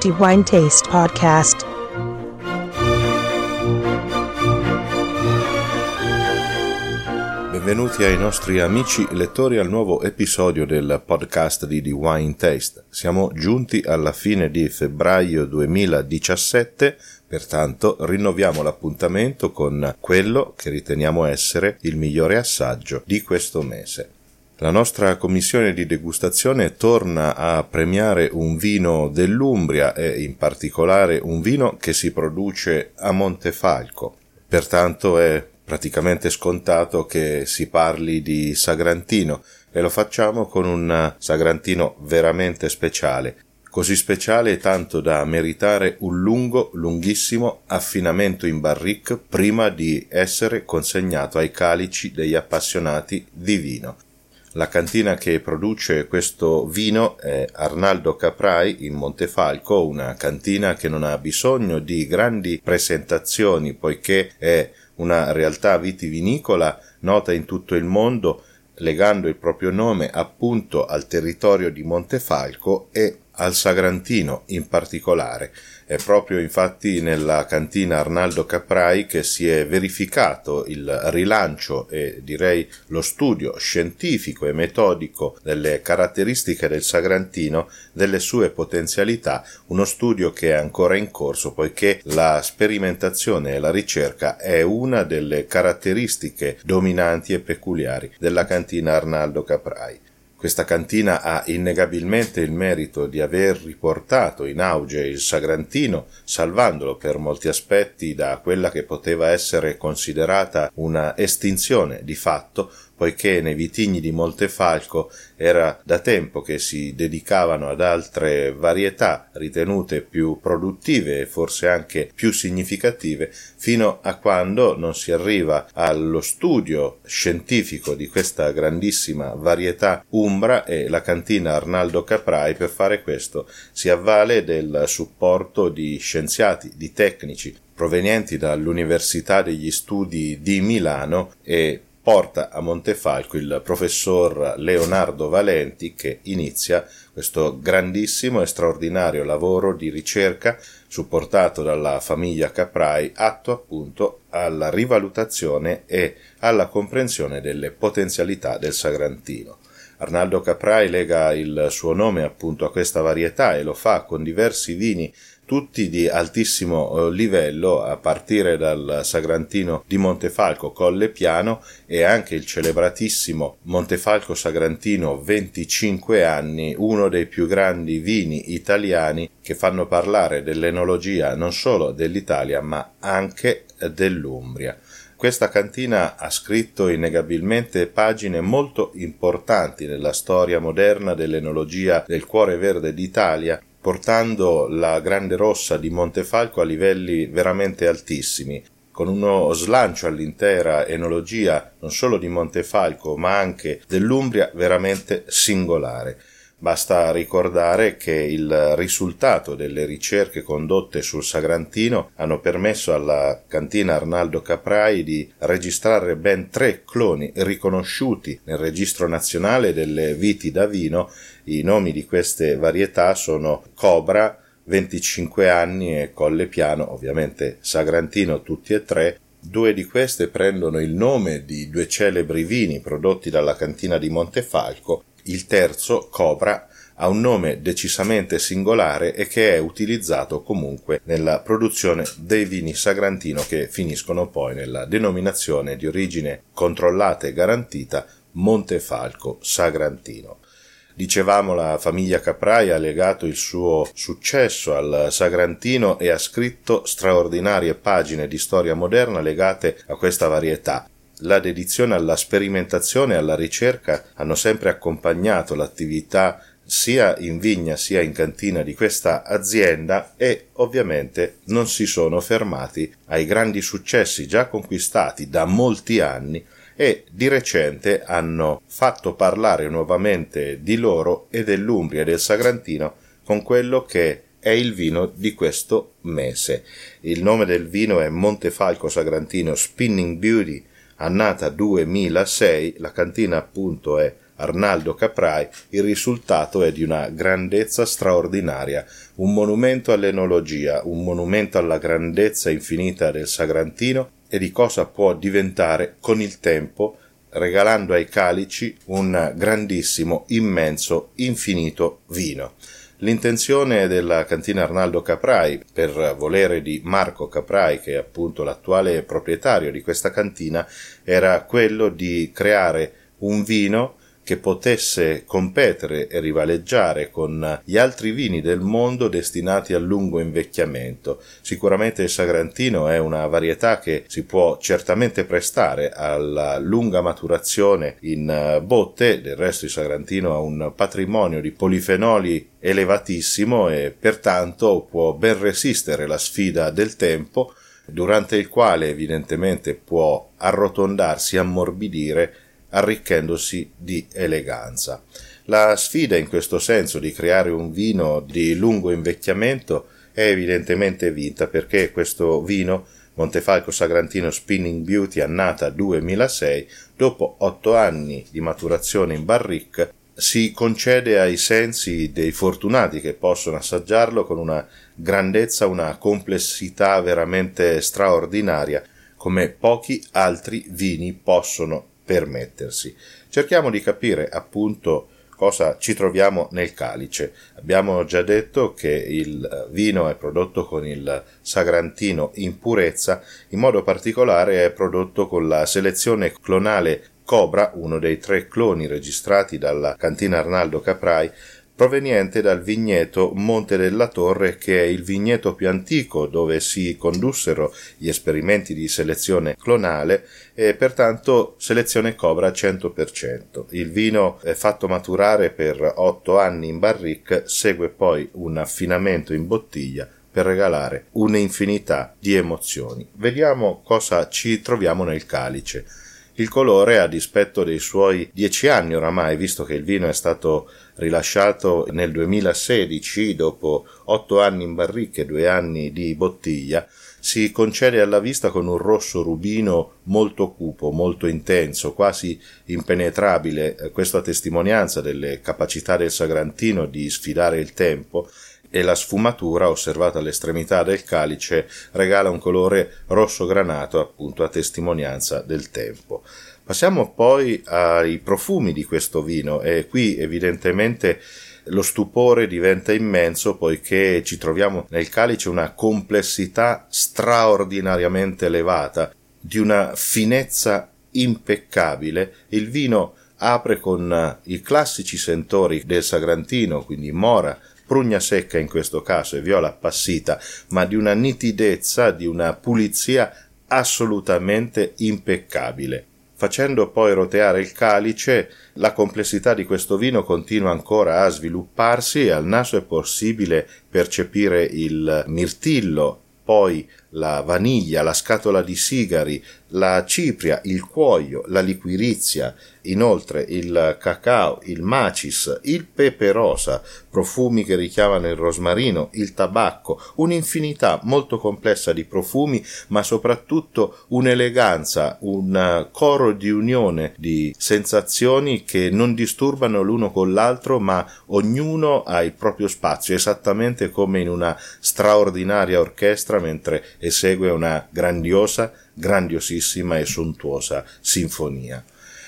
The Wine Taste Podcast. Benvenuti ai nostri amici lettori al nuovo episodio del podcast di The Wine Taste. Siamo giunti alla fine di febbraio 2017, pertanto rinnoviamo l'appuntamento con quello che riteniamo essere il migliore assaggio di questo mese. La nostra commissione di degustazione torna a premiare un vino dell'Umbria e in particolare un vino che si produce a Montefalco. Pertanto è praticamente scontato che si parli di Sagrantino e lo facciamo con un Sagrantino veramente speciale. Così speciale tanto da meritare un lunghissimo affinamento in barrique prima di essere consegnato ai calici degli appassionati di vino. La cantina che produce questo vino è Arnaldo Caprai in Montefalco, una cantina che non ha bisogno di grandi presentazioni poiché è una realtà vitivinicola nota in tutto il mondo, legando il proprio nome appunto al territorio di Montefalco e al Sagrantino in particolare. È proprio infatti nella cantina Arnaldo Caprai che si è verificato il rilancio e direi lo studio scientifico e metodico delle caratteristiche del Sagrantino, delle sue potenzialità, uno studio che è ancora in corso poiché la sperimentazione e la ricerca è una delle caratteristiche dominanti e peculiari della cantina Arnaldo Caprai. Questa cantina ha innegabilmente il merito di aver riportato in auge il Sagrantino, salvandolo per molti aspetti da quella che poteva essere considerata una estinzione di fatto, poiché nei vitigni di Montefalco era da tempo che si dedicavano ad altre varietà ritenute più produttive e forse anche più significative, fino a quando non si arriva allo studio scientifico di questa grandissima varietà umbra e la cantina Arnaldo Caprai per fare questo si avvale del supporto di scienziati, di tecnici provenienti dall'Università degli Studi di Milano e porta a Montefalco il professor Leonardo Valenti che inizia questo grandissimo e straordinario lavoro di ricerca supportato dalla famiglia Caprai atto appunto alla rivalutazione e alla comprensione delle potenzialità del Sagrantino. Arnaldo Caprai lega il suo nome appunto a questa varietà e lo fa con diversi vini tutti di altissimo livello, a partire dal Sagrantino di Montefalco Colle Piano e anche il celebratissimo Montefalco Sagrantino 25 anni, uno dei più grandi vini italiani che fanno parlare dell'enologia non solo dell'Italia ma anche dell'Umbria. Questa cantina ha scritto innegabilmente pagine molto importanti nella storia moderna dell'enologia del cuore verde d'Italia, portando la Grande Rossa di Montefalco a livelli veramente altissimi, con uno slancio all'intera enologia non solo di Montefalco ma anche dell'Umbria veramente singolare. Basta ricordare che il risultato delle ricerche condotte sul Sagrantino hanno permesso alla cantina Arnaldo Caprai di registrare ben 3 cloni riconosciuti nel registro nazionale delle viti da vino. I nomi di queste varietà sono Cobra, 25 anni e Colle Piano, ovviamente Sagrantino tutti e 3. 2 di queste prendono il nome di 2 celebri vini prodotti dalla cantina di Montefalco. Il terzo, Cobra, ha un nome decisamente singolare e che è utilizzato comunque nella produzione dei vini Sagrantino che finiscono poi nella denominazione di origine controllata e garantita Montefalco Sagrantino. Dicevamo, la famiglia Caprai ha legato il suo successo al Sagrantino e ha scritto straordinarie pagine di storia moderna legate a questa varietà. La dedizione alla sperimentazione e alla ricerca hanno sempre accompagnato l'attività sia in vigna sia in cantina di questa azienda e ovviamente non si sono fermati ai grandi successi già conquistati da molti anni e di recente hanno fatto parlare nuovamente di loro e dell'Umbria e del Sagrantino con quello che è il vino di questo mese. Il nome del vino è Montefalco Sagrantino Spinning Beauty, annata 2006, la cantina appunto è Arnaldo Caprai, il risultato è di una grandezza straordinaria, un monumento all'enologia, un monumento alla grandezza infinita del Sagrantino e di cosa può diventare con il tempo, regalando ai calici un grandissimo, immenso, infinito vino. L'intenzione della cantina Arnaldo Caprai, per volere di Marco Caprai, che è appunto l'attuale proprietario di questa cantina, era quello di creare un vino che potesse competere e rivaleggiare con gli altri vini del mondo destinati al lungo invecchiamento. Sicuramente il Sagrantino è una varietà che si può certamente prestare alla lunga maturazione in botte, del resto il Sagrantino ha un patrimonio di polifenoli elevatissimo e pertanto può ben resistere la sfida del tempo, durante il quale evidentemente può arrotondarsi, ammorbidire, arricchendosi di eleganza. La sfida in questo senso di creare un vino di lungo invecchiamento è evidentemente vinta, perché questo vino, Montefalco Sagrantino Spinning Beauty annata 2006, dopo 8 anni di maturazione in barrique, si concede ai sensi dei fortunati che possono assaggiarlo con una grandezza, una complessità veramente straordinaria, come pochi altri vini possono permettersi. Cerchiamo di capire appunto cosa ci troviamo nel calice. Abbiamo già detto che il vino è prodotto con il Sagrantino in purezza, in modo particolare è prodotto con la selezione clonale Cobra, uno dei 3 cloni registrati dalla cantina Arnaldo Caprai, proveniente dal vigneto Monte della Torre, che è il vigneto più antico dove si condussero gli esperimenti di selezione clonale e pertanto selezione Cobra 100%. Il vino è fatto maturare per 8 anni in barrique, segue poi un affinamento in bottiglia per regalare un'infinità di emozioni. Vediamo cosa ci troviamo nel calice. Il colore, a dispetto dei suoi 10 anni oramai, visto che il vino è stato rilasciato nel 2016, dopo 8 anni in barrique e 2 anni di bottiglia, si concede alla vista con un rosso rubino molto cupo, molto intenso, quasi impenetrabile, questo a testimonianza delle capacità del Sagrantino di sfidare il tempo, e la sfumatura osservata all'estremità del calice regala un colore rosso granato, appunto a testimonianza del tempo. Passiamo poi ai profumi di questo vino e qui evidentemente lo stupore diventa immenso, poiché ci troviamo nel calice una complessità straordinariamente elevata, di una finezza impeccabile. Il vino apre con i classici sentori del Sagrantino, quindi mora, prugna secca in questo caso e viola appassita, ma di una nitidezza, di una pulizia assolutamente impeccabile. Facendo poi roteare il calice, la complessità di questo vino continua ancora a svilupparsi e al naso è possibile percepire il mirtillo, poi la vaniglia, la scatola di sigari, la cipria, il cuoio, la liquirizia, inoltre il cacao, il macis, il pepe rosa, profumi che richiamano il rosmarino, il tabacco, un'infinità molto complessa di profumi, ma soprattutto un'eleganza, un coro di unione di sensazioni che non disturbano l'uno con l'altro, ma ognuno ha il proprio spazio, esattamente come in una straordinaria orchestra mentre esegue una grandiosissima e sontuosa sinfonia.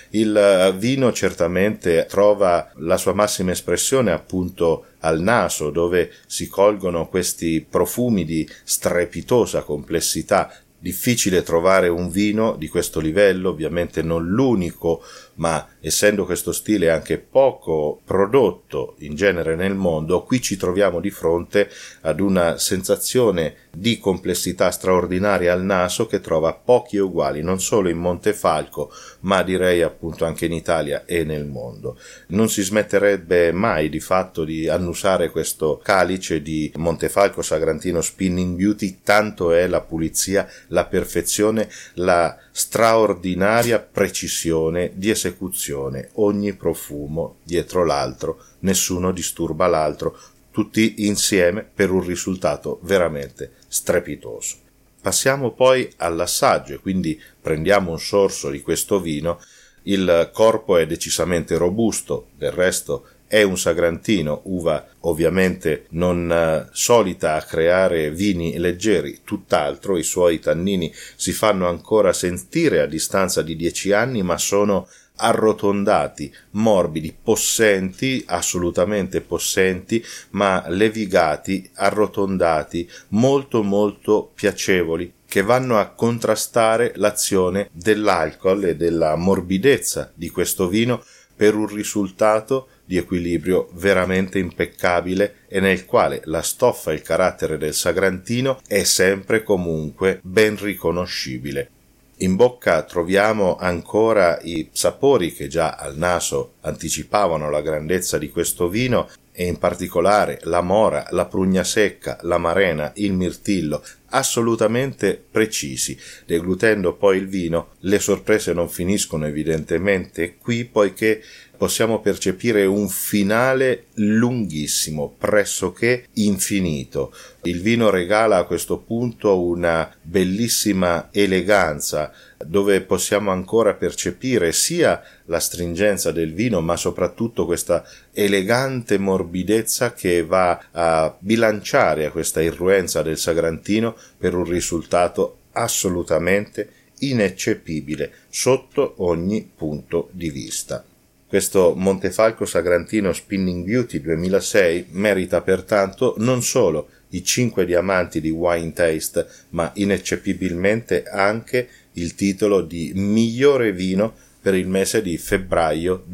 Il vino certamente trova la sua massima espressione appunto al naso, dove si colgono questi profumi di strepitosa complessità. Difficile trovare un vino di questo livello, ovviamente non l'unico, ma essendo questo stile anche poco prodotto in genere nel mondo, qui ci troviamo di fronte ad una sensazione di complessità straordinaria al naso che trova pochi uguali, non solo in Montefalco, ma direi appunto anche in Italia e nel mondo. Non si smetterebbe mai di fatto di annusare questo calice di Montefalco Sagrantino Spinning Beauty, tanto è la pulizia, la perfezione, la straordinaria precisione di esecuzione, ogni profumo dietro l'altro, nessuno disturba l'altro, tutti insieme per un risultato veramente strepitoso. Passiamo poi all'assaggio e quindi prendiamo un sorso di questo vino. Il corpo è decisamente robusto, del resto è un Sagrantino, uva ovviamente non solita a creare vini leggeri, tutt'altro, i suoi tannini si fanno ancora sentire a distanza di 10 anni, ma sono arrotondati, morbidi, possenti, assolutamente possenti, ma levigati, arrotondati, molto molto piacevoli, che vanno a contrastare l'azione dell'alcol e della morbidezza di questo vino per un risultato di equilibrio veramente impeccabile e nel quale la stoffa e il carattere del Sagrantino è sempre comunque ben riconoscibile. In bocca troviamo ancora i sapori che già al naso anticipavano la grandezza di questo vino, e in particolare la mora, la prugna secca, l'amarena, il mirtillo, assolutamente precisi. Deglutendo poi il vino, le sorprese non finiscono evidentemente qui, poiché possiamo percepire un finale lunghissimo, pressoché infinito. Il vino regala a questo punto una bellissima eleganza, dove possiamo ancora percepire sia la stringenza del vino, ma soprattutto questa elegante morbidezza che va a bilanciare a questa irruenza del Sagrantino per un risultato assolutamente ineccepibile sotto ogni punto di vista. Questo Montefalco Sagrantino Spinning Beauty 2006 merita pertanto non solo i 5 diamanti di Wine Taste, ma ineccepibilmente anche il titolo di migliore vino per il mese di febbraio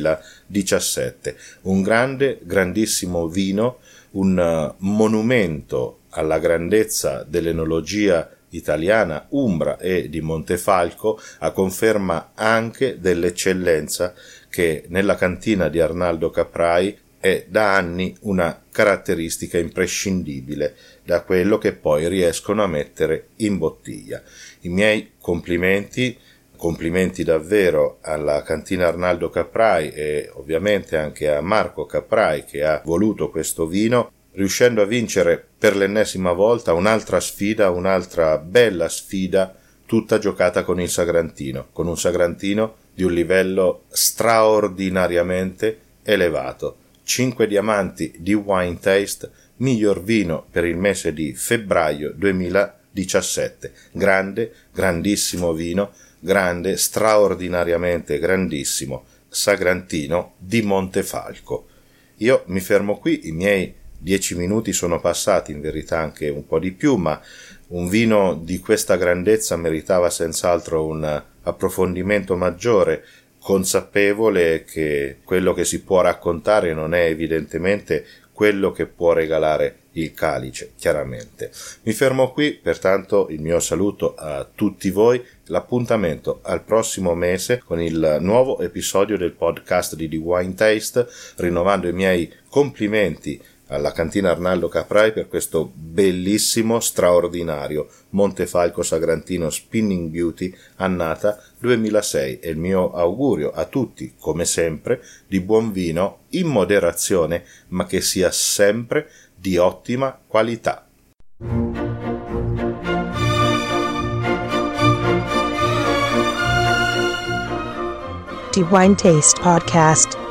2017. Un grandissimo vino, un monumento alla grandezza dell'enologia italiana, umbra e di Montefalco, a conferma anche dell'eccellenza che nella cantina di Arnaldo Caprai è da anni una caratteristica imprescindibile da quello che poi riescono a mettere in bottiglia. I miei complimenti davvero alla cantina Arnaldo Caprai e ovviamente anche a Marco Caprai, che ha voluto questo vino, riuscendo a vincere per l'ennesima volta un'altra bella sfida, tutta giocata con il Sagrantino, con un Sagrantino di un livello straordinariamente elevato. 5 diamanti di Wine Taste, miglior vino per il mese di febbraio 2017. Grandissimo vino, straordinariamente grandissimo Sagrantino di Montefalco. Io mi fermo qui, i miei 10 minuti sono passati, in verità anche un po' di più, ma un vino di questa grandezza meritava senz'altro un approfondimento maggiore, consapevole che quello che si può raccontare non è evidentemente quello che può regalare il calice, chiaramente. Mi fermo qui, pertanto il mio saluto a tutti voi, l'appuntamento al prossimo mese con il nuovo episodio del podcast di The Wine Taste, rinnovando i miei complimenti alla cantina Arnaldo Caprai per questo bellissimo, straordinario Montefalco Sagrantino Spinning Beauty annata 2006 e il mio augurio a tutti, come sempre, di buon vino in moderazione, ma che sia sempre di ottima qualità. The Wine Taste Podcast.